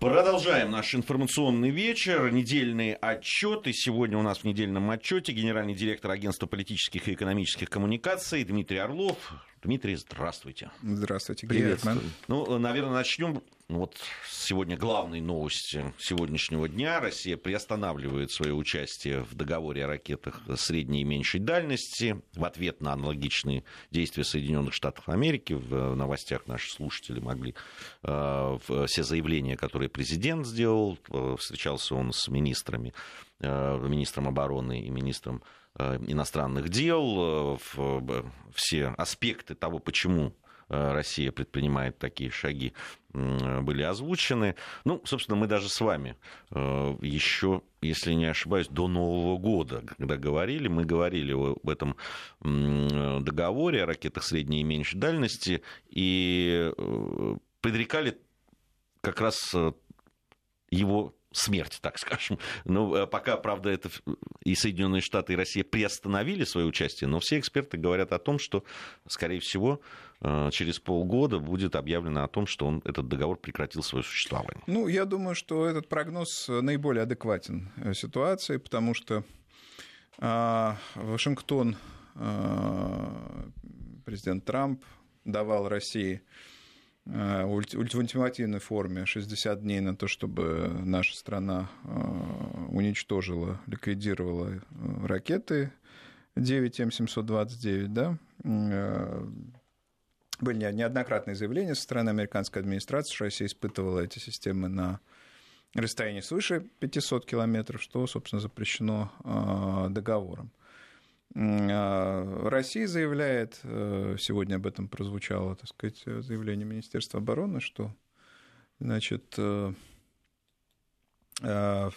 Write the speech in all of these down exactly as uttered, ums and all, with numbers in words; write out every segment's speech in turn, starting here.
Продолжаем наш информационный вечер, недельные отчеты. Сегодня у нас в недельном отчете генеральный директор Агентства политических и экономических коммуникаций Дмитрий Орлов. Дмитрий, здравствуйте. Здравствуйте, приветствую. Ну, наверное, начнем. Вот сегодня главной новости сегодняшнего дня. Россия приостанавливает свое участие в договоре о ракетах средней и меньшей дальности в ответ на аналогичные действия Соединенных Штатов Америки. В новостях наши слушатели могли э, все заявления, которые президент сделал, э, встречался он с министрами, э, министром обороны и министром э, иностранных дел, э, все аспекты того, почему Россия предпринимает такие шаги, были озвучены. Ну, собственно, мы даже с вами еще, если не ошибаюсь, до Нового года, когда говорили, мы говорили об этом договоре о ракетах средней и меньшей дальности и предрекали как раз его смерть, так скажем. Ну, пока, правда, это и Соединенные Штаты, и Россия приостановили свое участие, но все эксперты говорят о том, что, скорее всего, через полгода будет объявлено о том, что он, этот договор прекратил свое существование. Ну, я думаю, что этот прогноз наиболее адекватен ситуации, потому что э, Вашингтон, э, президент Трамп давал России в ультимативной форме шестьдесят дней на то, чтобы наша страна уничтожила, ликвидировала ракеты девять эм семьсот двадцать девять, да. Были неоднократные заявления со стороны американской администрации, что Россия испытывала эти системы на расстоянии свыше пятисот километров, что, собственно, запрещено договором. Россия заявляет, сегодня об этом прозвучало, так сказать, заявление Министерства обороны, что, значит, на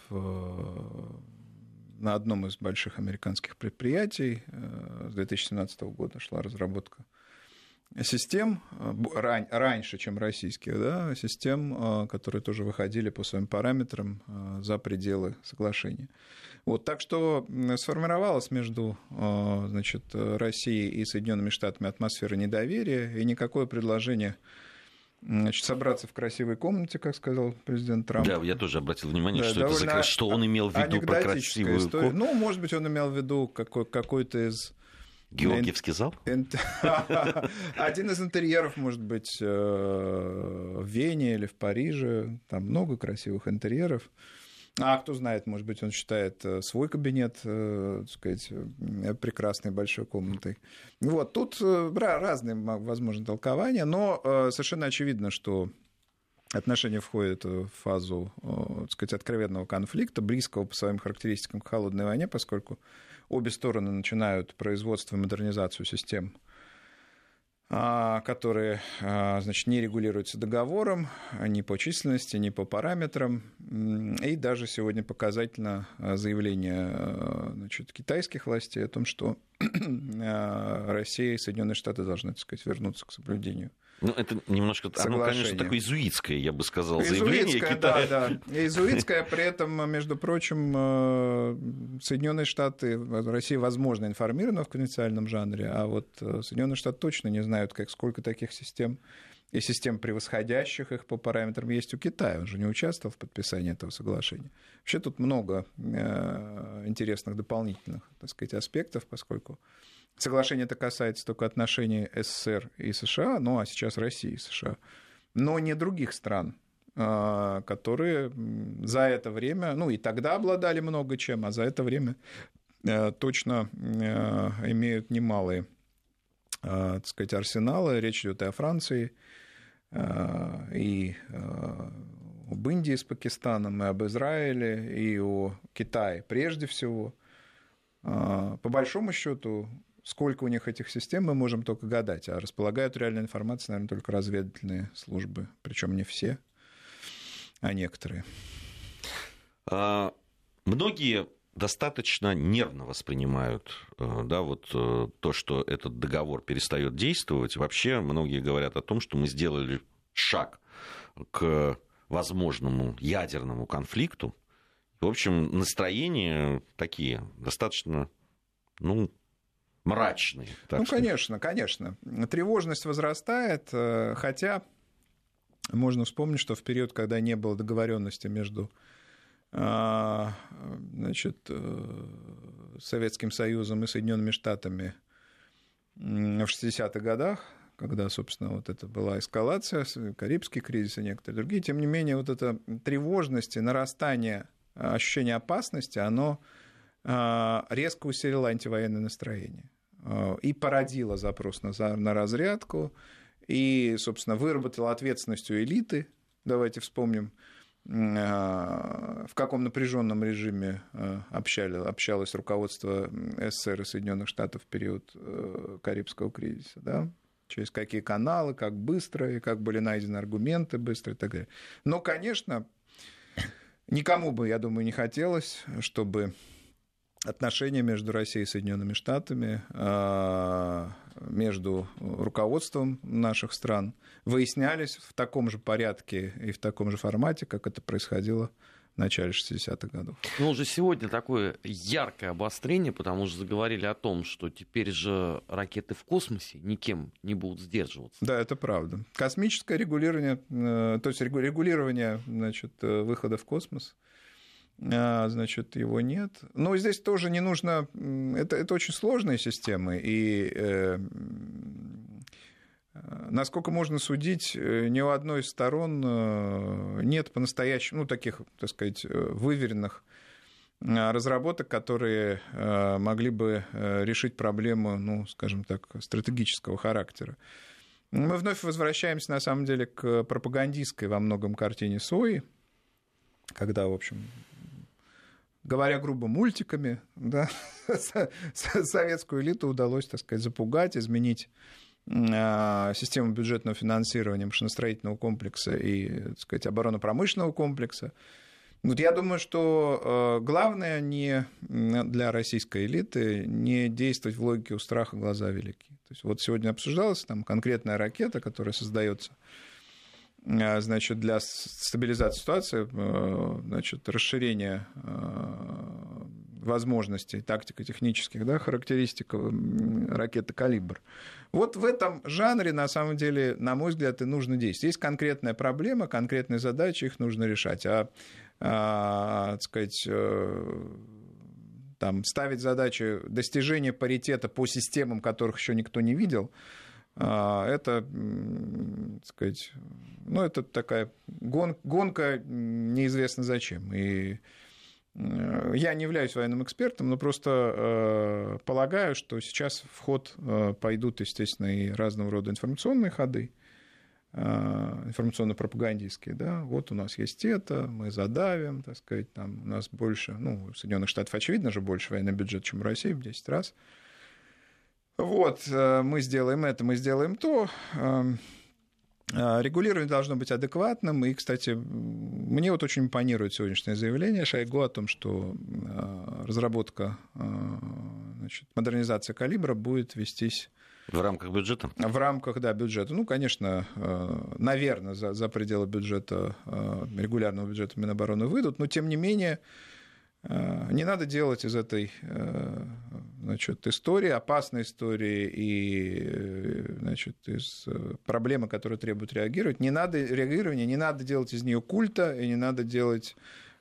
одном из больших американских предприятий с две тысячи семнадцатого года шла разработка систем, ран, раньше, чем российских, да, систем, которые тоже выходили по своим параметрам за пределы соглашения. Вот, так что сформировалась между, значит, Россией и Соединенными Штатами атмосфера недоверия, и никакое предложение, значит, собраться в красивой комнате, как сказал президент Трамп. Да, я тоже обратил внимание, да, что, это за... что он имел в виду про красивую комнату. Ну, может быть, он имел в виду какой- какой-то из... Георгиевский зал? Один из интерьеров, может быть, в Вене или в Париже. Там много красивых интерьеров. А кто знает, может быть, он считает свой кабинет, так сказать, прекрасной большой комнатой. Вот, тут разные, возможно, толкования, но совершенно очевидно, что отношения входят в фазу, так сказать, откровенного конфликта, близкого по своим характеристикам к холодной войне, поскольку обе стороны начинают производство и модернизацию систем, которые, значит, не регулируются договором ни по численности, ни по параметрам. И даже сегодня показательно заявление, значит, китайских властей о том, что Россия и Соединенные Штаты должны, так сказать, вернуться к соблюдению. Ну, это немножко, оно, конечно, такое изуитское, я бы сказал, заявление Китая. Да, да. Изуитское, при этом, между прочим, Соединенные Штаты, Россия, возможно, информирована в конфиденциальном жанре, а вот Соединенные Штаты точно не знают, как, сколько таких систем и систем, превосходящих их по параметрам, есть у Китая. Он же не участвовал в подписании этого соглашения. Вообще тут много интересных дополнительных, так сказать, аспектов, поскольку соглашение это касается только отношений СССР и США, ну а сейчас России и США, но не других стран, которые за это время, ну и тогда обладали много чем, а за это время точно имеют немалые, так сказать, арсеналы. Речь идет и о Франции, и об Индии с Пакистаном, и об Израиле, и о Китае прежде всего. По большому счету, сколько у них этих систем, мы можем только гадать, а располагают реальной информацией, наверное, только разведывательные службы, причем не все, а некоторые. А, многие достаточно нервно воспринимают, да, вот то, что этот договор перестает действовать. Вообще многие говорят о том, что мы сделали шаг к возможному ядерному конфликту. В общем, настроения такие достаточно, ну, мрачные. Ну, конечно, конечно. Тревожность возрастает, хотя можно вспомнить, что в период, когда не было договоренности между значит, Советским Союзом и Соединенными Штатами в шестидесятых годах, когда, собственно, вот это была эскалация, Карибский кризис и некоторые другие, тем не менее, вот эта тревожность и нарастание ощущения опасности, оно резко усилило антивоенное настроение и породило запрос на, на разрядку, и, собственно, выработало ответственность у элиты. Давайте вспомним, в каком напряженном режиме общалось, общалось руководство СССР и Соединенных Штатов в период Карибского кризиса, да? Через какие каналы, как быстро, и как были найдены аргументы быстро и так далее. Но, конечно, никому бы, я думаю, не хотелось, чтобы отношения между Россией и Соединенными Штатами, между руководством наших стран выяснялись в таком же порядке и в таком же формате, как это происходило в начале шестидесятых годов. Ну, уже сегодня такое яркое обострение, потому что заговорили о том, что теперь же ракеты в космосе никем не будут сдерживаться. Да, это правда. Космическое регулирование, то есть регулирование, значит, выхода в космос, значит, его нет. Но здесь тоже не нужно... Это, это очень сложные системы, и э, насколько можно судить, ни у одной из сторон нет по-настоящему, ну, таких, так сказать, выверенных разработок, которые могли бы решить проблему, ну, скажем так, стратегического характера. Мы вновь возвращаемся, на самом деле, к пропагандистской во многом картине Сои, когда, в общем... Говоря грубо, мультиками, да, советскую элиту удалось, так сказать, запугать, изменить систему бюджетного финансирования машиностроительного комплекса и, так сказать, оборонно-промышленного комплекса. Вот я думаю, что главное не для российской элиты не действовать в логике «у страха глаза велики». То есть вот сегодня обсуждалась там конкретная ракета, которая создается, значит, для стабилизации ситуации, значит, расширения возможностей тактико-технических, да, характеристик ракеты «Калибр». Вот в этом жанре, на самом деле, на мой взгляд, и нужно действовать. Есть конкретная проблема, конкретные задачи, их нужно решать. А, а так сказать, там, ставить задачи достижения паритета по системам, которых еще никто не видел, это, так сказать, ну, это такая гон, гонка неизвестно зачем. И я не являюсь военным экспертом, но просто полагаю, что сейчас в ход пойдут, естественно, и разного рода информационные ходы, информационно-пропагандистские, да, вот у нас есть это, мы задавим, так сказать, там у нас больше, ну, у Соединенных Штатов, очевидно же, больше военный бюджет, чем у России в десять раз. Вот, мы сделаем это, мы сделаем то. Регулирование должно быть адекватным. И, кстати, мне вот очень импонирует сегодняшнее заявление Шойгу о том, что разработка, значит, модернизация «Калибра» будет вестись... В рамках бюджета? В рамках, да, бюджета. Ну, конечно, наверное, за, за пределы бюджета, регулярного бюджета Минобороны выйдут, но, тем не менее, не надо делать из этой, значит, истории, опасной истории и, значит, из проблемы, которые требуют реагировать, не надо реагирования, не надо делать из нее культа, и не надо делать,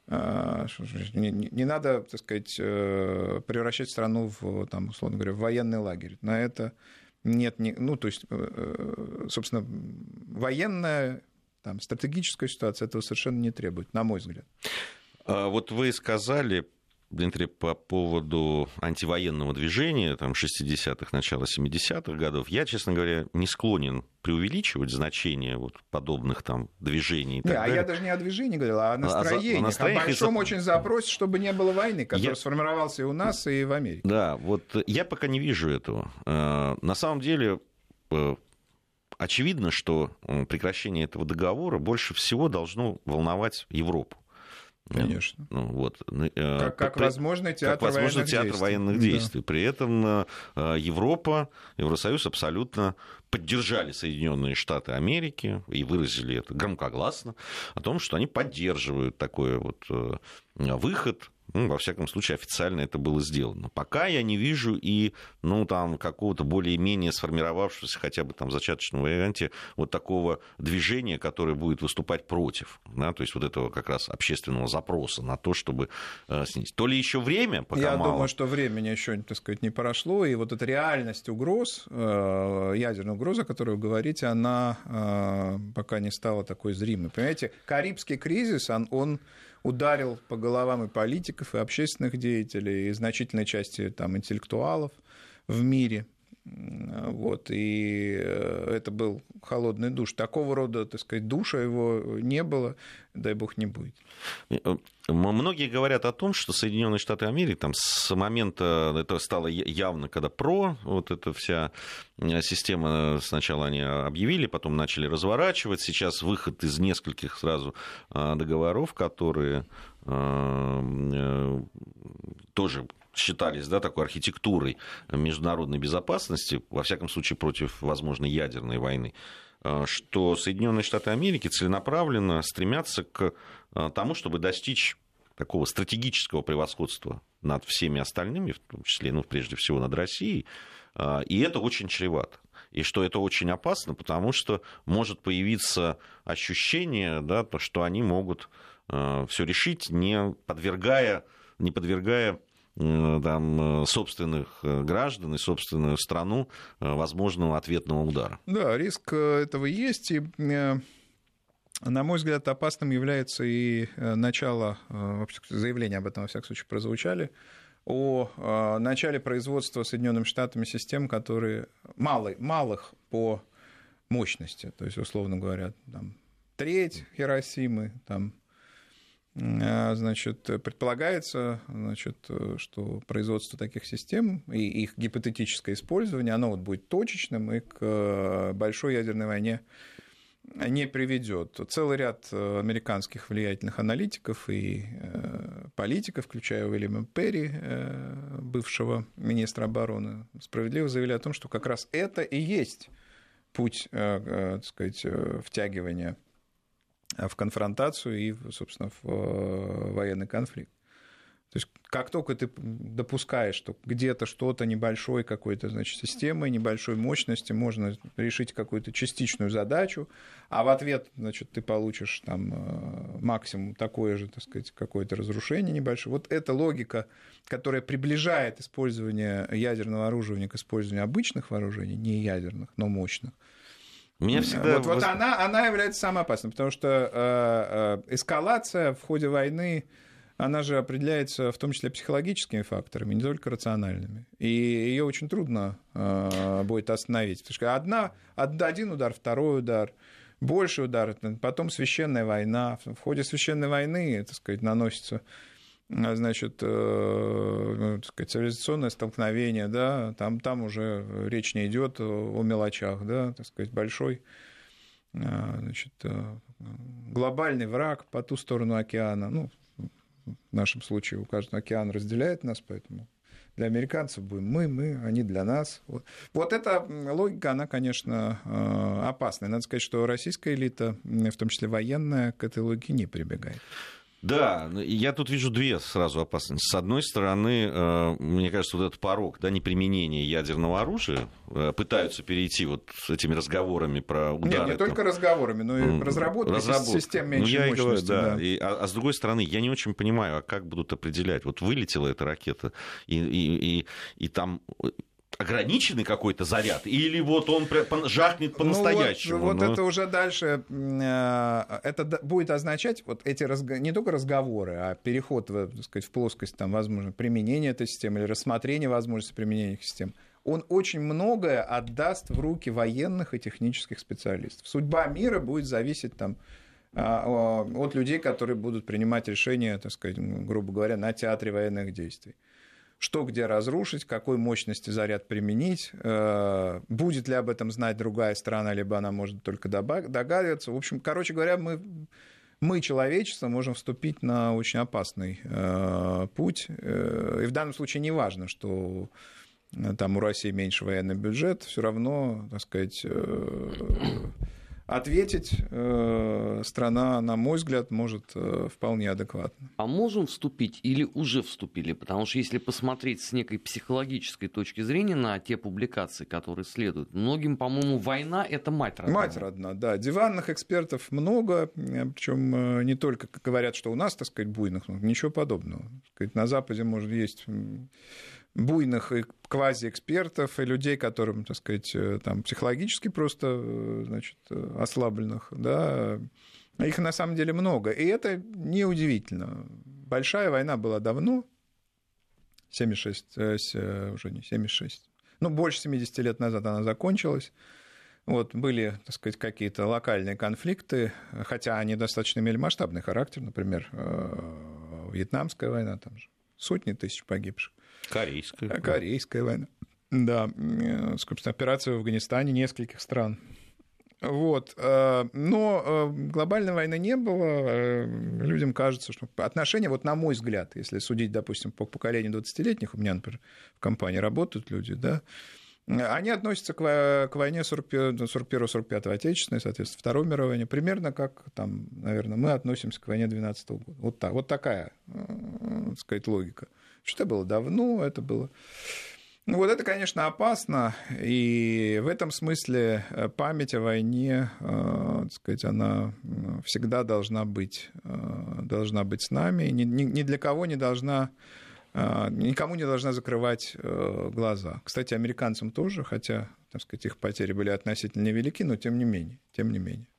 не, не надо, так сказать, превращать страну в, там, условно говоря, в военный лагерь. На это нет, ну, то есть, собственно, военная, там, стратегическая ситуация этого совершенно не требует, на мой взгляд. Вот вы сказали, Дмитрий, по поводу антивоенного движения там, шестидесятых, начала семидесятых годов. Я, честно говоря, не склонен преувеличивать значение вот подобных там движений. И так не, далее. А я даже не о движении говорил, а о настроениях. О, настроениях о большом и... очень запросе, чтобы не было войны, который я... сформировался и у нас, и в Америке. Да, вот я пока не вижу этого. На самом деле... Очевидно, что прекращение этого договора больше всего должно волновать Европу. Конечно. Ну, вот. Как, как возможный театр, как возможный военных, театр действий. военных действий. Да. При этом Европа, Евросоюз абсолютно поддержали Соединенные Штаты Америки и выразили это громкогласно, о том, что они поддерживают такой вот выход. Ну, во всяком случае, официально это было сделано. Пока я не вижу и, ну, там, какого-то более-менее сформировавшегося, хотя бы там в зачаточном варианте, вот такого движения, которое будет выступать против, да, то есть вот этого как раз общественного запроса на то, чтобы э, снизить. То ли еще время, пока Я мало... думаю, что времени еще, так сказать, не прошло, и вот эта реальность угроз, э, ядерная угроза, о которой вы говорите, она э, пока не стала такой зримой. Понимаете, Карибский кризис, он... он ударил по головам и политиков, и общественных деятелей, и значительной части там, интеллектуалов в мире. Вот, и это был холодный душ. Такого рода, так сказать, душа его не было, дай бог, не будет. Многие говорят о том, что Соединенные Штаты Америки там, с момента, это стало явно, когда ПРО, вот эта вся система, сначала они объявили, потом начали разворачивать, сейчас выход из нескольких сразу договоров, которые тоже считались, да, такой архитектурой международной безопасности, во всяком случае, против возможной ядерной войны, что Соединенные Штаты Америки целенаправленно стремятся к тому, чтобы достичь такого стратегического превосходства над всеми остальными, в том числе, ну, прежде всего, над Россией, и это очень чревато. И что это очень опасно, потому что может появиться ощущение, да, то, что они могут все решить, не подвергая, не подвергая там, собственных граждан и собственную страну возможного ответного удара. Да, риск этого есть, и, на мой взгляд, опасным является и начало, заявления об этом, во всяком случае, прозвучали, о начале производства Соединенными Штатами систем, которые малы, малых по мощности, то есть, условно говоря, там, треть Хиросимы, там, значит, предполагается, значит, что производство таких систем и их гипотетическое использование, оно вот будет точечным и к большой ядерной войне не приведет. Целый ряд американских влиятельных аналитиков и политиков, включая Уильяма Перри, бывшего министра обороны, справедливо заявили о том, что как раз это и есть путь, так сказать, втягивания в конфронтацию и, собственно, в военный конфликт. То есть как только ты допускаешь, что где-то что-то небольшой какой-то, значит, системой, небольшой мощности можно решить какую-то частичную задачу, а в ответ, значит, ты получишь там максимум такое же, так сказать, какое-то разрушение небольшое. Вот эта логика, которая приближает использование ядерного оружия к использованию обычных вооружений, не ядерных, но мощных, Меня всегда... Вот, вот она, она является самой опасной, потому что э, э, эскалация в ходе войны, она же определяется в том числе психологическими факторами, не только рациональными. И ее очень трудно э, будет остановить. Потому что одна, один удар, второй удар, больший удар, потом священная война. В ходе священной войны, так сказать, наносится, значит, э, так сказать, цивилизационное столкновение, да, там, там уже речь не идет о мелочах, да, так сказать, большой, значит, глобальный враг по ту сторону океана. Ну, в нашем случае у каждого океан разделяет нас, поэтому для американцев будем мы, мы, они для нас. Вот, вот эта логика, она, конечно, опасная. Надо сказать, что российская элита, в том числе военная, к этой логике не прибегает. Да, я тут вижу две сразу опасности. С одной стороны, мне кажется, вот этот порог, да, неприменения ядерного оружия, пытаются перейти вот с этими разговорами про удары. Нет, не только разговорами, но и разработкой Разработка. систем меньшей ну, мощности. Говорю, да. Да. И, а, а с другой стороны, я не очень понимаю, а как будут определять. Вот вылетела эта ракета, и, и, и, и там... ограниченный какой-то заряд, или вот он жахнет по-настоящему? Ну, вот, вот но... это уже дальше, это будет означать, вот эти разго... не только разговоры, а переход, так сказать, в плоскость, там, возможно, применения этой системы или рассмотрения возможности применения этих систем, он очень многое отдаст в руки военных и технических специалистов. Судьба мира будет зависеть там, от людей, которые будут принимать решения, так сказать, грубо говоря, на театре военных действий. Что где разрушить, какой мощности заряд применить, будет ли об этом знать другая страна, либо она может только догадываться. В общем, короче говоря, мы, мы человечество, можем вступить на очень опасный путь. И в данном случае не важно, что там у России меньше военный бюджет, все равно, так сказать, ответить страна, на мой взгляд, может вполне адекватно. А можем вступить или уже вступили? Потому что если посмотреть с некой психологической точки зрения на те публикации, которые следуют, многим, по-моему, война — это мать родная. Мать родная, да. Диванных экспертов много, причем не только как говорят, что у нас, так сказать, буйных, ничего подобного. На Западе, может, есть буйных и квазиэкспертов, и людей, которым, так сказать, там, психологически просто, значит, ослабленных, да, их на самом деле много. И это неудивительно. Большая война была давно, семьдесят шесть, уже не семьдесят шесть, ну, больше семидесяти лет назад она закончилась. Вот, были, так сказать, какие-то локальные конфликты, хотя они достаточно имели масштабный характер, например, Вьетнамская война, там же сотни тысяч погибших. Корейская. Корейская война. Да, собственно, операция в Афганистане нескольких стран. Вот. Но глобальной войны не было. Людям кажется, что отношения, вот на мой взгляд, если судить, допустим, по поколению двадцатилетних, у меня, например, в компании работают люди, да, они относятся к войне сорок первого сорок пятого Отечественной, соответственно, Второй мировой войне, примерно как, там, наверное, мы относимся к войне двенадцатого года. Вот, так, вот такая, так сказать, логика. Что это было давно, это было... Ну, вот это, конечно, опасно, и в этом смысле память о войне, так сказать, она всегда должна быть, должна быть с нами, ни, ни для кого не должна... Никому не должна закрывать глаза. Кстати, американцам тоже, хотя, так сказать, их потери были относительно невелики, но тем не менее, тем не менее.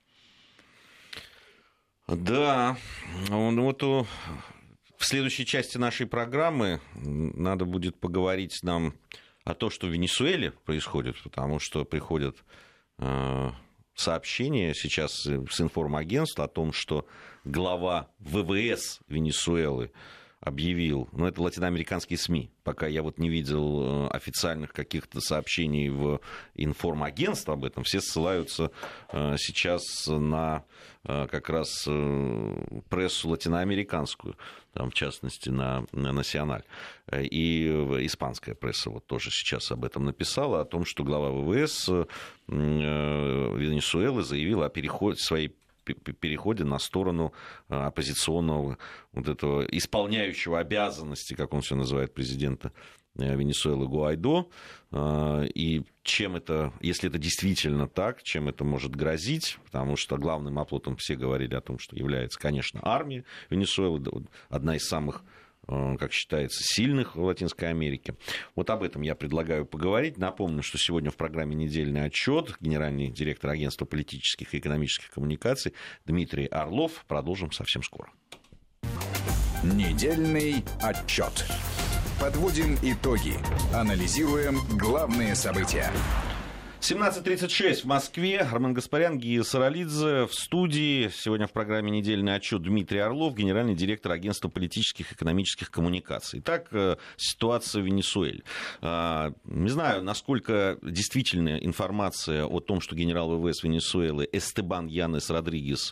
Да, ну вот в следующей части нашей программы надо будет поговорить нам о том, что в Венесуэле происходит, потому что приходят сообщения сейчас с информагентства о том, что глава ВВС Венесуэлы объявил, ну, это латиноамериканские СМИ, пока я вот не видел официальных каких-то сообщений в информагентство об этом, все ссылаются сейчас на как раз прессу латиноамериканскую, там, в частности, на, на «Националь». И испанская пресса вот тоже сейчас об этом написала, о том, что глава ВВС Венесуэлы заявила о переходе своей переходе на сторону оппозиционного вот этого исполняющего обязанности, как он все называет, президента Венесуэлы Гуайдо. И чем это, если это действительно так, чем это может грозить, потому что главным оплотом все говорили о том, что является, конечно, армия Венесуэлы, одна из самых, как считается, сильных в Латинской Америке. Вот об этом я предлагаю поговорить. Напомню, что сегодня в программе «Недельный отчет» генеральный директор Агентства политических и экономических коммуникаций Дмитрий Орлов. Продолжим совсем скоро. Недельный отчет. Подводим итоги. Анализируем главные события. семнадцать тридцать шесть в Москве. Армен Гаспарян, Гия Саралидзе в студии. Сегодня в программе «Недельный отчет» Дмитрий Орлов, генеральный директор Агентства политических и экономических коммуникаций. Итак, ситуация в Венесуэле. Не знаю, насколько действительная информация о том, что генерал ВВС Венесуэлы Эстебан Янес Родригес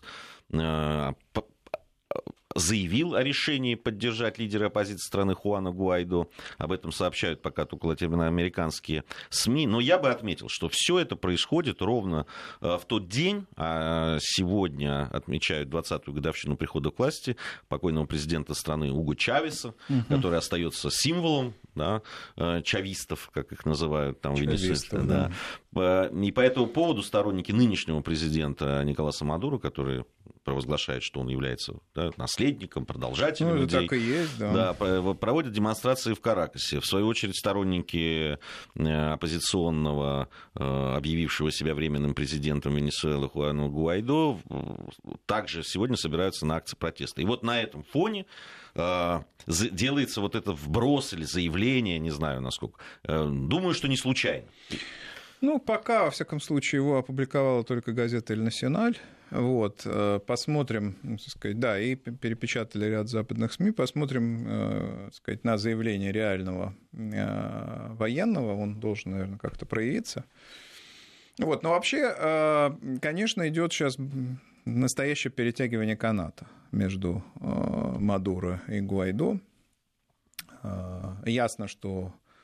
заявил о решении поддержать лидера оппозиции страны Хуана Гуайдо. Об этом сообщают пока только латиноамериканские СМИ. Но я бы отметил, что все это происходит ровно в тот день, а сегодня отмечают двадцатую годовщину прихода к власти покойного президента страны Уго Чавеса, угу. который остается символом, да, чавистов, как их называют там в Венесуэле. Да. Да. И по этому поводу сторонники нынешнего президента Николаса Мадуро, который провозглашает, что он является, да, наследником, продолжателем ну, идей, так и есть, да. Да, проводят демонстрации в Каракасе. В свою очередь сторонники оппозиционного, объявившего себя временным президентом Венесуэлы Хуана Гуайдо, также сегодня собираются на акции протеста. И вот на этом фоне делается вот этот вброс или заявление, не знаю насколько, думаю, что не случайно. Ну, пока, во всяком случае, его опубликовала только газета «Эль Националь». Вот, посмотрим, так сказать, да, и перепечатали ряд западных СМИ, посмотрим, так сказать, на заявление реального военного, он должен, наверное, как-то проявиться. Вот, но вообще, конечно, идет сейчас настоящее перетягивание каната между Мадуро и Гуайдо. Ясно, что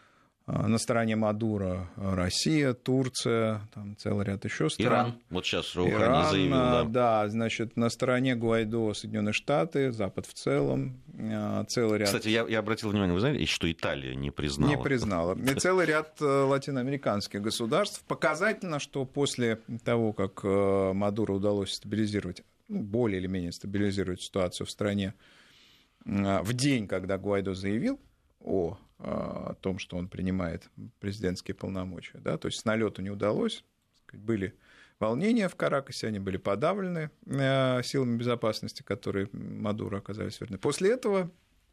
На стороне Мадуро Россия, Турция, там целый ряд еще стран. Иран, вот сейчас Роухани заявил. Да. да, значит, на стороне Гуайдо Соединенные Штаты, Запад в целом, целый ряд... Кстати, я, я обратил внимание, вы знаете, что Италия не признала. Не признала. И целый ряд латиноамериканских государств. Показательно, что после того, как Мадуро удалось стабилизировать, ну, более или менее стабилизировать ситуацию в стране, в день, когда Гуайдо заявил о... о том, что он принимает президентские полномочия. Да? То есть с налету не удалось. Были волнения в Каракасе, они были подавлены силами безопасности, которые Мадуро оказались верны. После этого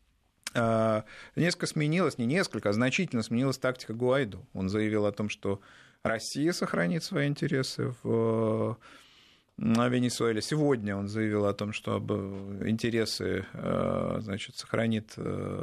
несколько сменилась, не несколько, а значительно сменилась тактика Гуайдо. Он заявил о том, что Россия сохранит свои интересы в Венесуэле. Сегодня он заявил о том, что интересы, значит, сохранит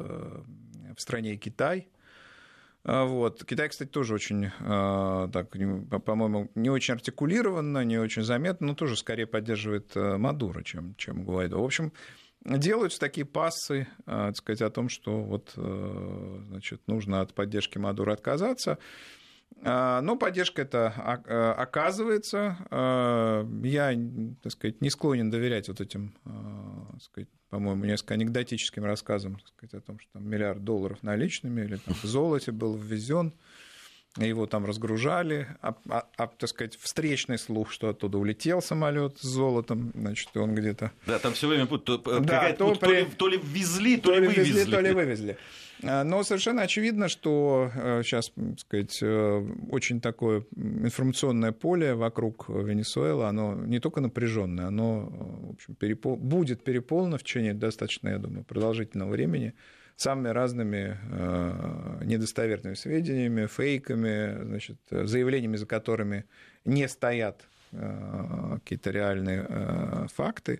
в стране Китай. Вот. Китай, кстати, тоже очень, так, по-моему, не очень артикулированно, не очень заметно, но тоже скорее поддерживает Мадуро, чем, чем Гуайдо. В общем, делаются такие пассы, так сказать, о том, что вот, значит, нужно от поддержки Мадуро отказаться. Но поддержка эта оказывается. Я, так сказать, не склонен доверять вот этим, так сказать, по-моему, несколько анекдотическим рассказам, так сказать, о том, что там миллиард долларов наличными или там, в золоте был ввезен, его там разгружали, а, а, а, так сказать, встречный слух, что оттуда улетел самолет с золотом, значит, он где-то... Да, там все время то, да, то, то, при... ли, то ли ввезли, то, то ли вывезли. ввезли, то ли вывезли. Но совершенно очевидно, что сейчас, так сказать, очень такое информационное поле вокруг Венесуэлы, оно не только напряженное, оно, в общем, перепол... будет переполнено в течение достаточно, я думаю, продолжительного времени самыми разными недостоверными сведениями, фейками, значит, заявлениями, за которыми не стоят какие-то реальные факты.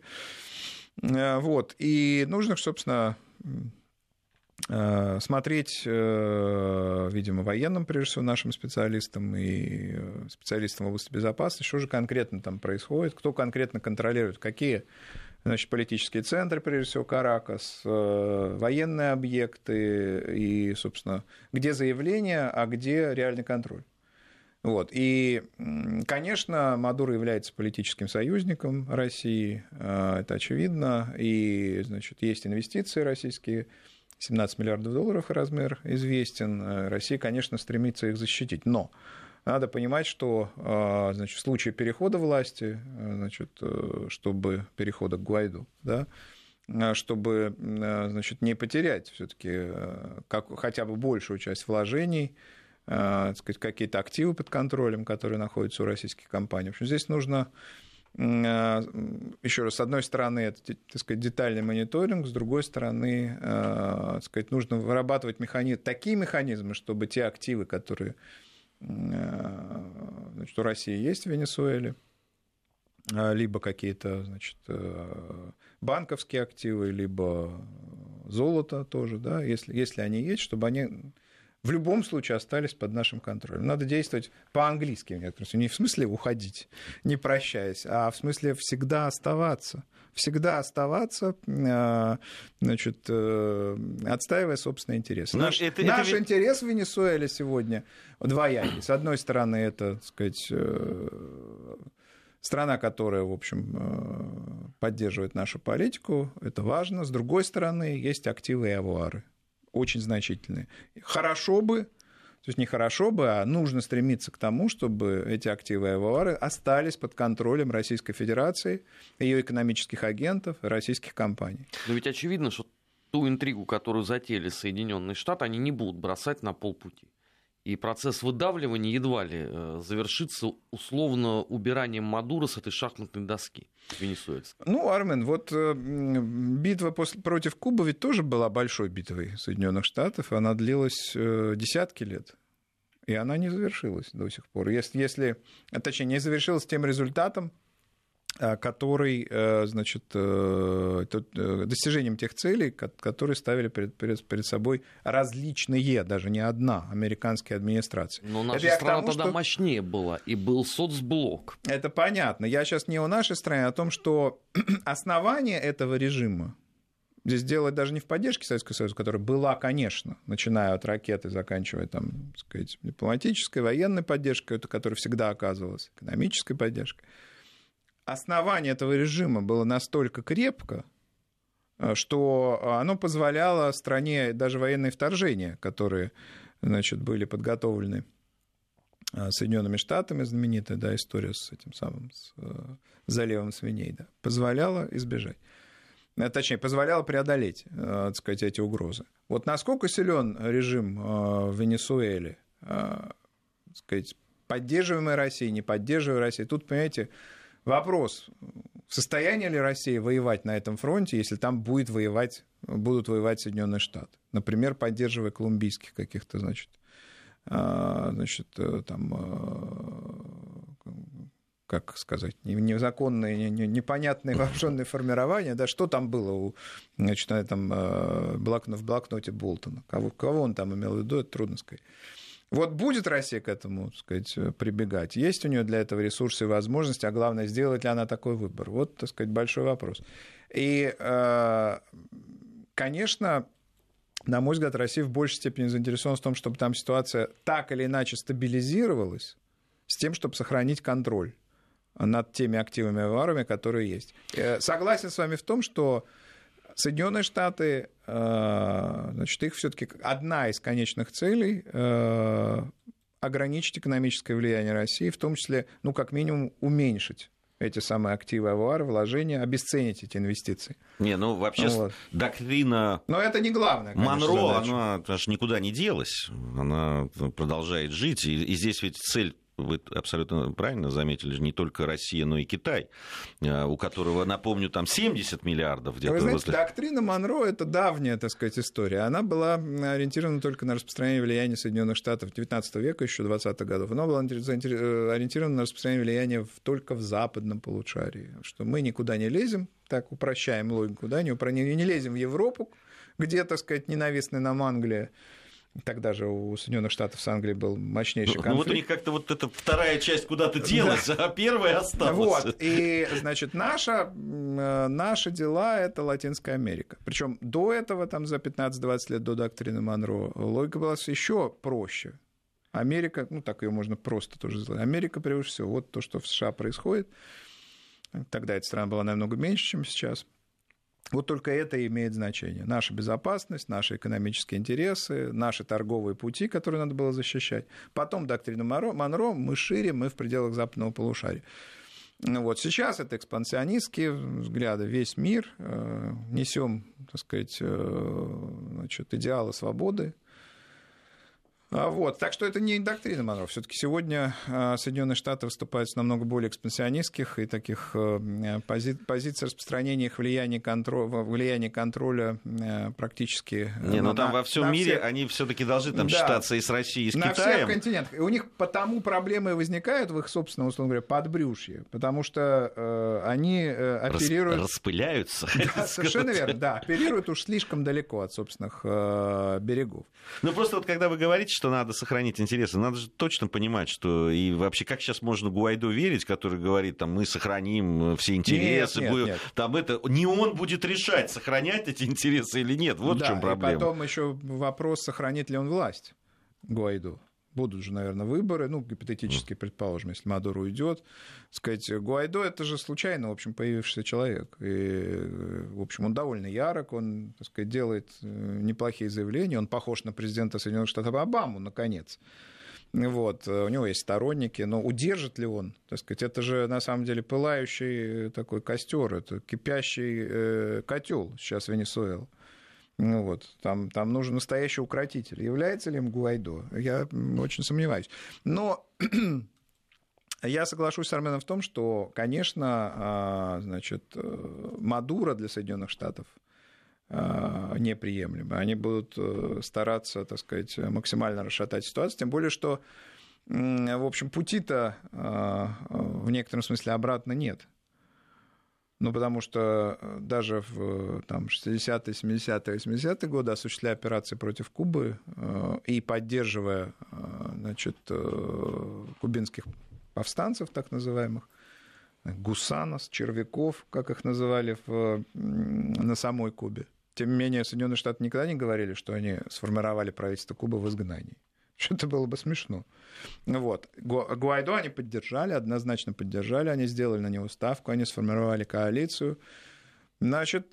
Вот. И нужно, собственно, смотреть, видимо, военным, прежде всего, нашим специалистам и специалистам в области безопасности, что же конкретно там происходит, кто конкретно контролирует, какие, значит, политические центры, прежде всего, Каракас, военные объекты и, собственно, где заявления, а где реальный контроль. Вот. И, конечно, Мадуро является политическим союзником России, это очевидно, и, значит, есть инвестиции российские, семнадцать миллиардов долларов размер известен. Россия, конечно, стремится их защитить. Но надо понимать, что, значит, в случае перехода власти, значит, чтобы перехода к Гуайдо, да, чтобы, значит, не потерять все-таки хотя бы большую часть вложений, так сказать, какие-то активы под контролем, которые находятся у российских компаний. В общем, здесь нужно... Еще раз, с одной стороны, это, так сказать, детальный мониторинг, с другой стороны, так сказать, нужно вырабатывать механизмы, такие механизмы, чтобы те активы, которые, значит, у России есть в Венесуэле, либо какие-то, значит, банковские активы, либо золото тоже, да, если, если они есть, чтобы они в любом случае остались под нашим контролем. Надо действовать по-английски, не в смысле уходить, не прощаясь, а в смысле всегда оставаться. Всегда оставаться, значит, отстаивая собственные интересы. Наш, это, наш это... интерес в Венесуэле сегодня двоякий. С одной стороны, это, так сказать, страна, которая, в общем, поддерживает нашу политику, это важно. С другой стороны, есть активы и авуары. Очень значительные. Хорошо бы, то есть не хорошо бы, а нужно стремиться к тому, чтобы эти активы и авуары остались под контролем Российской Федерации, ее экономических агентов, российских компаний. Но ведь очевидно, что ту интригу, которую затеяли Соединенные Штаты, они не будут бросать на полпути. И процесс выдавливания едва ли завершится условно убиранием Мадуро с этой шахматной доски венесуэльской. Ну, Армен, вот битва после, против Кубы ведь тоже была большой битвой Соединенных Штатов. Она длилась десятки лет. И она не завершилась до сих пор. Если, если, точнее, не завершилась тем результатом, который, значит, достижением тех целей, которые ставили перед, перед, перед собой различные, даже не одна, американские администрации. Но наша страна тому, тогда что... мощнее была, и был соцблок. Это понятно. Я сейчас не о нашей стране, а о том, что основание этого режима Здесь дело даже не в поддержке Советского Союза, которая была, конечно, начиная от ракет и заканчивая там, так сказать, дипломатической, военной поддержкой, которая всегда оказывалась, экономической поддержкой. Основание этого режима было настолько крепко, что оно позволяло стране даже военные вторжения, которые, значит, были подготовлены Соединенными Штатами, знаменитая, да, история с этим самым с заливом свиней, да, позволяла избежать. Точнее, позволяло преодолеть, так сказать, эти угрозы. Вот насколько силен режим в Венесуэле, так сказать, поддерживаемый Россией, не поддерживаемый Россией, тут, понимаете, вопрос, в состоянии ли Россия воевать на этом фронте, если там будет воевать, будут воевать Соединенные Штаты, например, поддерживая колумбийских каких-то, значит, значит, там, как сказать, незаконные, непонятные вооруженные формирования, да, что там было у, значит, там, в блокноте Болтона, кого, кого он там имел в виду, это трудно сказать. Вот будет Россия к этому, так сказать, прибегать? Есть у нее для этого ресурсы и возможности, а главное, сделает ли она такой выбор? Вот, так сказать, большой вопрос. И, конечно, на мой взгляд, Россия в большей степени заинтересована в том, чтобы там ситуация так или иначе стабилизировалась, с тем, чтобы сохранить контроль над теми активами и товарами, которые есть. Согласен с вами в том, что Соединенные Штаты, значит, их все-таки одна из конечных целей ограничить экономическое влияние России, в том числе, ну, как минимум, уменьшить эти самые активы, авуары, вложения, обесценить эти инвестиции. Не, ну, вообще, вот. Доктрина... Но это не главное, конечно, Монро, задача. Она аж никуда не делась, она продолжает жить, и, и здесь ведь цель... Вы абсолютно правильно заметили, не только Россия, но и Китай, у которого, напомню, там семьдесят миллиардов где-то. Вы знаете, возле... доктрина Монро — это давняя, так сказать, история. Она была ориентирована только на распространение влияния Соединенных Штатов девятнадцатого века, еще двадцатых годов. Она была ориентирована на распространение влияния только в западном полушарии. Что мы никуда не лезем, так упрощаем логику, да, не, упро... не лезем в Европу, где, так сказать, ненавистная нам Англия. Тогда же у Соединенных Штатов с Англией был мощнейший конфликт. Ну вот у них как-то вот эта вторая часть куда-то делась, да. А первая осталась. Вот, и, значит, наша, наши дела — это Латинская Америка. Причем до этого, там, за пятнадцать-двадцать лет до доктрины Монро, логика была еще проще. Америка, ну, так ее можно просто тоже сделать. Америка, прежде всего, вот то, что в США происходит. Тогда эта страна была намного меньше, чем сейчас. Вот только это имеет значение. Наша безопасность, наши экономические интересы, наши торговые пути, которые надо было защищать. Потом доктрина Монро, мы шире, мы в пределах западного полушария. Вот сейчас это экспансионистские взгляды, весь мир, несем, так сказать, значит, идеалы свободы. Вот. Так что это не доктрина Монро. Все-таки сегодня Соединенные Штаты выступают с намного более экспансионистских и таких пози... позиций распространения их влияния, контроля, влияния контроля практически. Не, но на, там во всем мире всех... они все-таки должны там, да, считаться и с Россией, и с на Китаем. На всех континентах. И у них потому проблемы возникают в их собственном, условно говоря, подбрюшье, потому что э, они э, оперируют... Рас... Распыляются. Да, совершенно верно, да. Оперируют уж слишком далеко от собственных э, берегов. Ну, просто вот когда вы говорите, что надо сохранить интересы, надо же точно понимать, что и вообще, как сейчас можно Гуайдо верить, который говорит, там, мы сохраним все интересы, нет, нет, будем... нет. Там это... не он будет решать, сохранять эти интересы или нет, вот да, в чем проблема. И потом еще вопрос, сохранит ли он власть, Гуайдо. Будут же, наверное, выборы, ну, гипотетически, предположим, если Мадуро уйдет. Сказать, Гуайдо — это же случайно, в общем, появившийся человек. И, в общем, он довольно ярок, он, так сказать, делает неплохие заявления, он похож на президента Соединенных Штатов Обаму, наконец. Вот, у него есть сторонники, но удержит ли он, так сказать, это же на самом деле пылающий такой костер, это кипящий котел сейчас Венесуэлы. Ну вот, там, там нужен настоящий укротитель. Является ли им Гуайдо? Я очень сомневаюсь. Но я соглашусь с Арменом в том, что, конечно, значит, Мадуро для Соединенных Штатов неприемлемо. Они будут стараться, так сказать, максимально расшатать ситуацию, тем более, что, в общем, пути-то в некотором смысле обратно нет. Ну, потому что даже в там, шестидесятые, семидесятые, восьмидесятые годы, осуществляя операции против Кубы э, и поддерживая э, значит, э, кубинских повстанцев, так называемых, гусанос, червяков, как их называли в, на самой Кубе, Тем не менее, Соединенные Штаты никогда не говорили, что они сформировали правительство Кубы в изгнании. Что-то было бы смешно. Вот. Гуайдо они поддержали, однозначно поддержали, они сделали на него ставку, они сформировали коалицию. Значит,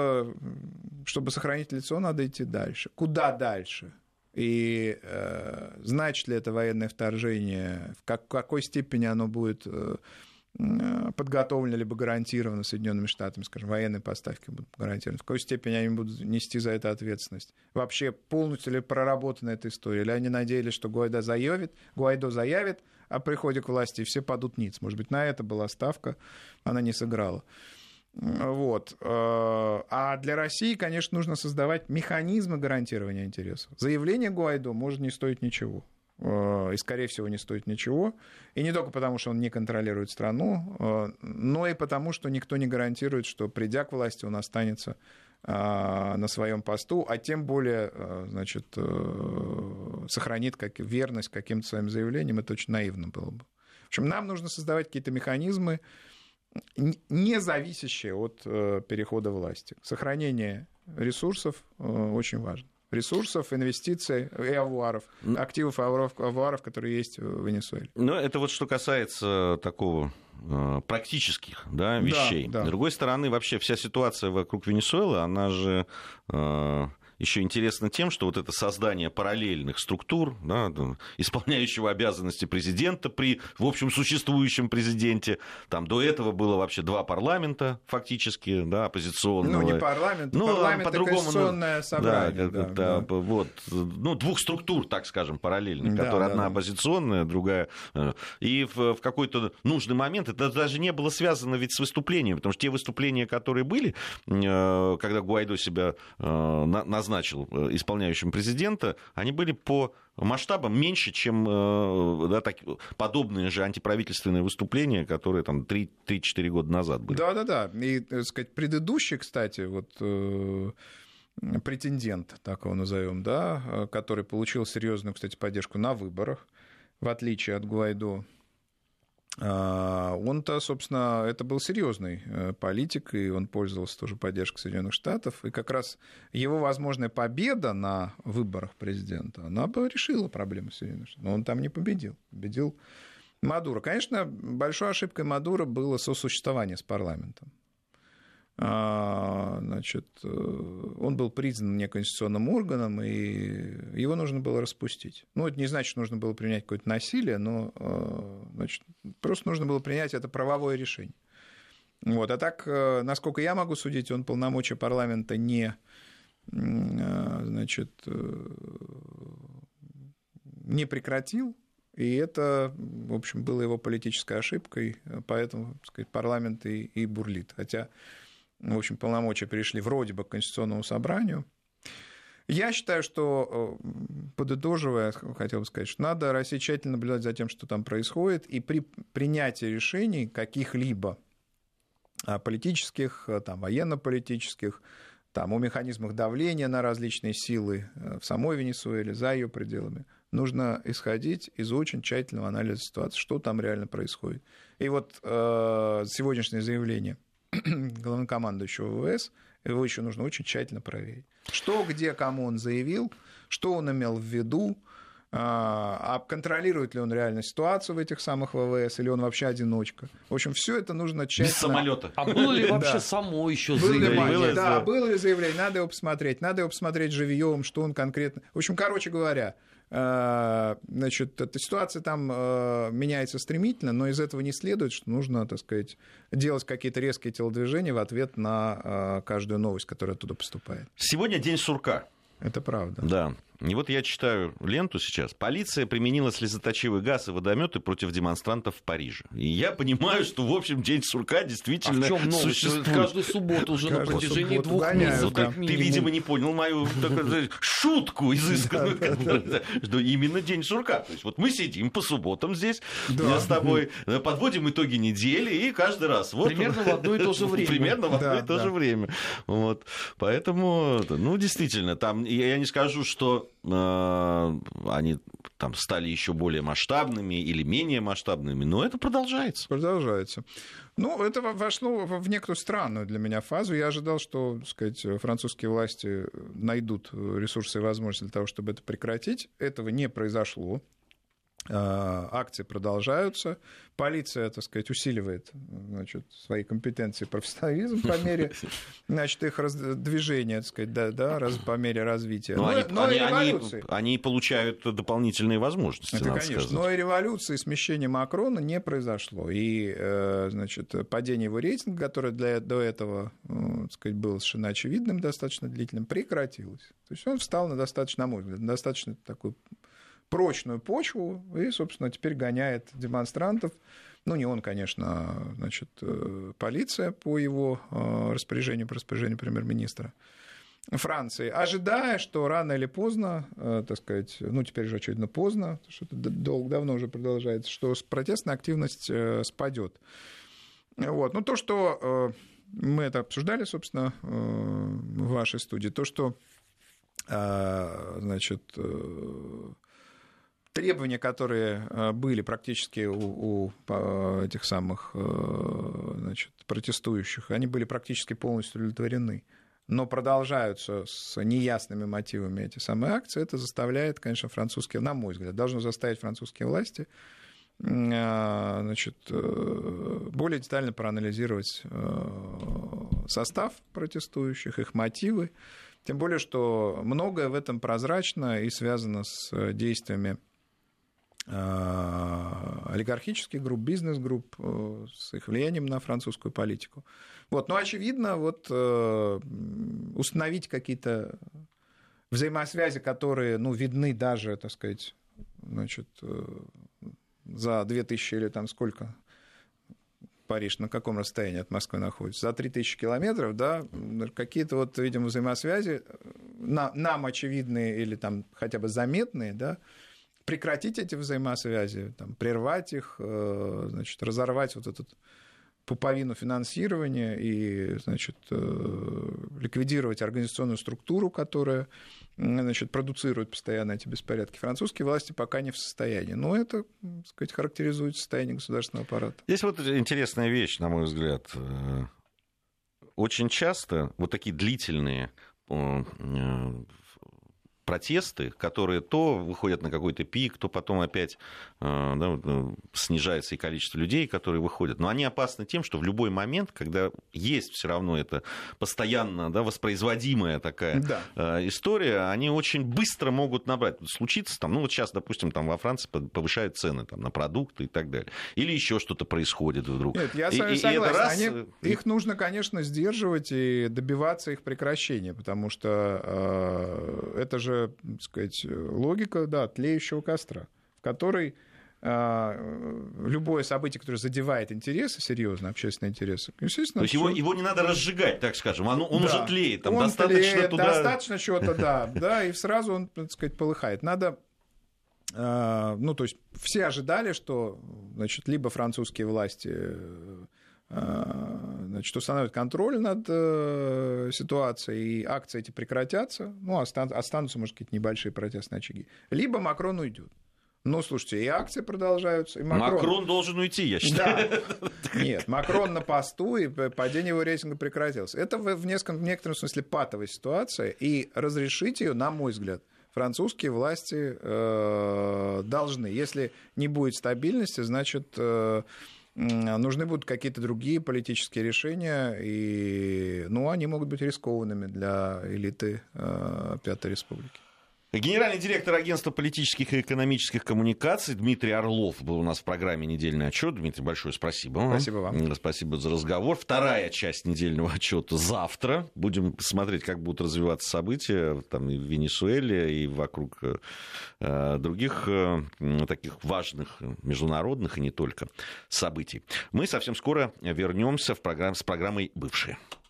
чтобы сохранить лицо, надо идти дальше. Куда дальше? И э, значит ли это военное вторжение, в, как, в какой степени оно будет э, подготовлено либо гарантировано Соединенными Штатами, скажем, военные поставки будут гарантированы, в какой степени они будут нести за это ответственность. Вообще полностью ли проработана эта история, или они надеялись, что Гуайдо заявит, Гуайдо заявит о приходе к власти, и все падут ниц. Может быть, на это была ставка, она не сыграла. Вот. А для России, конечно, нужно создавать механизмы гарантирования интересов. Заявление Гуайдо может не стоить ничего. И, скорее всего, не стоит ничего. И не только потому, что он не контролирует страну, но и потому, что никто не гарантирует, что, придя к власти, он останется на своем посту, а тем более, значит, сохранит как верность каким-то своим заявлениям. Это очень наивно было бы. В общем, нам нужно создавать какие-то механизмы, не зависящие от перехода власти. Сохранение ресурсов очень важно. Ресурсов, инвестиций и авуаров, активов авуаров, которые есть в Венесуэле. Но это вот что касается такого э, практических, да, вещей. Да, да. С другой стороны, вообще вся ситуация вокруг Венесуэлы, она же э, еще интересна тем, что вот это создание параллельных структур, да, исполняющего обязанности президента при, в общем, существующем президенте. Там до этого было вообще два парламента фактически, да, оппозиционного. Ну, не парламент, ну, парламент по-другому, конституционное собрание. Да, да, да. Вот, ну, двух структур, так скажем, параллельных, да, которые да, одна да. оппозиционная, другая. И в, в какой-то нужный момент это даже не было связано ведь с выступлениями, потому что те выступления, которые были, когда Гуайдо себя назвал, назначил исполняющим президента, они были по масштабам меньше, чем да, так, подобные же антиправительственные выступления, которые там три-четыре года назад были. Да-да-да. И, так сказать, предыдущий, кстати, вот претендент, так его назовем, да, который получил серьезную, кстати, поддержку на выборах, в отличие от Гуайдо, он-то, собственно, это был серьезный политик, и он пользовался тоже поддержкой Соединенных Штатов, и как раз его возможная победа на выборах президента, она бы решила проблему Соединенных Штатов, но он там не победил, победил Мадуро. Конечно, большой ошибкой Мадуро было сосуществование с парламентом. Значит, он был признан неконституционным органом, и его нужно было распустить. Ну, это не значит, что нужно было принять какое-то насилие, но, значит, просто нужно было принять это правовое решение. Вот. А так, насколько я могу судить, он полномочия парламента не, значит, не прекратил, и это, в общем, было его политической ошибкой, поэтому, так сказать, парламент и, и бурлит. Хотя, в общем, полномочия перешли вроде бы к Конституционному собранию. Я считаю, что, подытоживая, хотел бы сказать, что надо России тщательно наблюдать за тем, что там происходит, и при принятии решений каких-либо политических, там, военно-политических, там, о механизмах давления на различные силы в самой Венесуэле, за ее пределами, нужно исходить из очень тщательного анализа ситуации, что там реально происходит. И вот э, сегодняшнее заявление главнокомандующего ВВС, его еще нужно очень тщательно проверить. Что, где, кому он заявил, что он имел в виду, а контролирует ли он реально ситуацию в этих самых ВВС, или он вообще одиночка. В общем, все это нужно тщательно... Без самолета. А было ли вообще да. само еще заявление? Было, да, было ли заявление, надо его посмотреть, надо его посмотреть живьем, что он конкретно... В общем, короче говоря, значит, эта ситуация там меняется стремительно, но из этого не следует, что нужно, так сказать, делать какие-то резкие телодвижения в ответ на каждую новость, которая оттуда поступает. Сегодня день сурка. Это правда. Да. И вот я читаю ленту сейчас. Полиция применила слезоточивый газ и водометы против демонстрантов в Париже. И я понимаю, что, в общем, день сурка действительно а в чем существует. Каждую субботу уже на протяжении двух гоняют, месяцев, да. Ты, видимо, не понял мою так, шутку изысканную, что именно день сурка. То есть вот мы сидим по субботам здесь да. с тобой, подводим итоги недели, и каждый раз... Вот, примерно в одно и то же время. Примерно в одно да, и то да. же время. Вот. Поэтому, ну, действительно, там, я не скажу, что что э, они там стали еще более масштабными или менее масштабными, но это продолжается. Продолжается. Ну, это вошло в некоторую странную для меня фазу. Я ожидал, что, так сказать, французские власти найдут ресурсы и возможности для того, чтобы это прекратить. Этого не произошло. Акции продолжаются. Полиция, так сказать, усиливает, значит, свои компетенции и профессионализм по мере, значит, их движения, так сказать, да, да, раз, по мере развития. Но, но, они, но они, и революции. Они, они получают дополнительные возможности, это, надо конечно. сказать. Но и революции, смещения Макрона не произошло. И, значит, падение его рейтинга, которое для, до этого, так сказать, было совершенно очевидным, достаточно длительным, прекратилось. То есть он встал на достаточно, на мой взгляд, на достаточно такую прочную почву и, собственно, теперь гоняет демонстрантов. Ну, не он, конечно, значит, полиция по его распоряжению, по распоряжению премьер-министра Франции, ожидая, что рано или поздно, так сказать, ну, теперь же, очевидно, поздно, что это долго, давно уже продолжается, что протестная активность спадет. Вот. Ну, то, что мы это обсуждали, собственно, в вашей студии, то, что, значит, требования, которые были практически у, у этих самых, значит, протестующих, они были практически полностью удовлетворены, но продолжаются с неясными мотивами эти самые акции, это заставляет, конечно, французские, на мой взгляд, должно заставить французские власти, значит, более детально проанализировать состав протестующих, их мотивы, тем более, что многое в этом прозрачно и связано с действиями олигархических групп, бизнес-групп, с их влиянием на французскую политику. Вот. Но, очевидно, вот, установить какие-то взаимосвязи, которые, ну, видны даже, так сказать, значит, за две тысячи или там сколько Париж на каком расстоянии от Москвы находится? За три тысячи километров, да, какие-то вот, видимо, взаимосвязи нам очевидные или там хотя бы заметные, да, прекратить эти взаимосвязи, там, прервать их, значит, разорвать вот эту пуповину финансирования и, значит, ликвидировать организационную структуру, которая, значит, продуцирует постоянно эти беспорядки. Французские власти пока не в состоянии. Но это, так сказать, характеризует состояние государственного аппарата. Здесь вот интересная вещь, на мой взгляд. Очень часто вот такие длительные протесты, которые то выходят на какой-то пик, то потом опять да, снижается и количество людей, которые выходят. Но они опасны тем, что в любой момент, когда есть все равно эта постоянно, да, воспроизводимая такая, да, история, они очень быстро могут набрать. Случится там, ну вот сейчас, допустим, там во Франции повышают цены там, на продукты и так далее. Или еще что-то происходит вдруг. Нет, я с вами и, согласен. И раз... Они, их нужно, конечно, сдерживать и добиваться их прекращения, потому что э, это же, так сказать, логика, да, тлеющего костра, в которой э, любое событие, которое задевает интересы, серьезно, общественные интересы, естественно... То есть его, его не надо разжигать, так скажем, он, он да. уже тлеет, там он достаточно тлеет, туда... Достаточно чего-то, да, да, и сразу он, так сказать, полыхает. Надо... Э, ну, то есть все ожидали, что, значит, либо французские власти... Значит, установят контроль над э, ситуацией, и акции эти прекратятся, ну, остан- останутся, может, какие-то небольшие протестные очаги. Либо Макрон уйдет. Ну, слушайте, и акции продолжаются, и Макрон... Макрон должен уйти, я считаю. Да. Нет, Макрон на посту, и падение его рейтинга прекратилось. Это в, нескольком, в некотором смысле патовая ситуация, и разрешить ее, на мой взгляд, французские власти э, должны. Если не будет стабильности, значит... Э, нужны будут какие-то другие политические решения, и, ну, они могут быть рискованными для элиты э, Пятой Республики. Генеральный директор агентства политических и экономических коммуникаций Дмитрий Орлов был у нас в программе «Недельный отчет». Дмитрий, большое спасибо. Спасибо вам. Спасибо за разговор. Вторая часть недельного отчета завтра. Будем смотреть, как будут развиваться события там, и в Венесуэле, и вокруг э, других э, таких важных международных и не только событий. Мы совсем скоро вернемся в программ, с программой «Бывшие».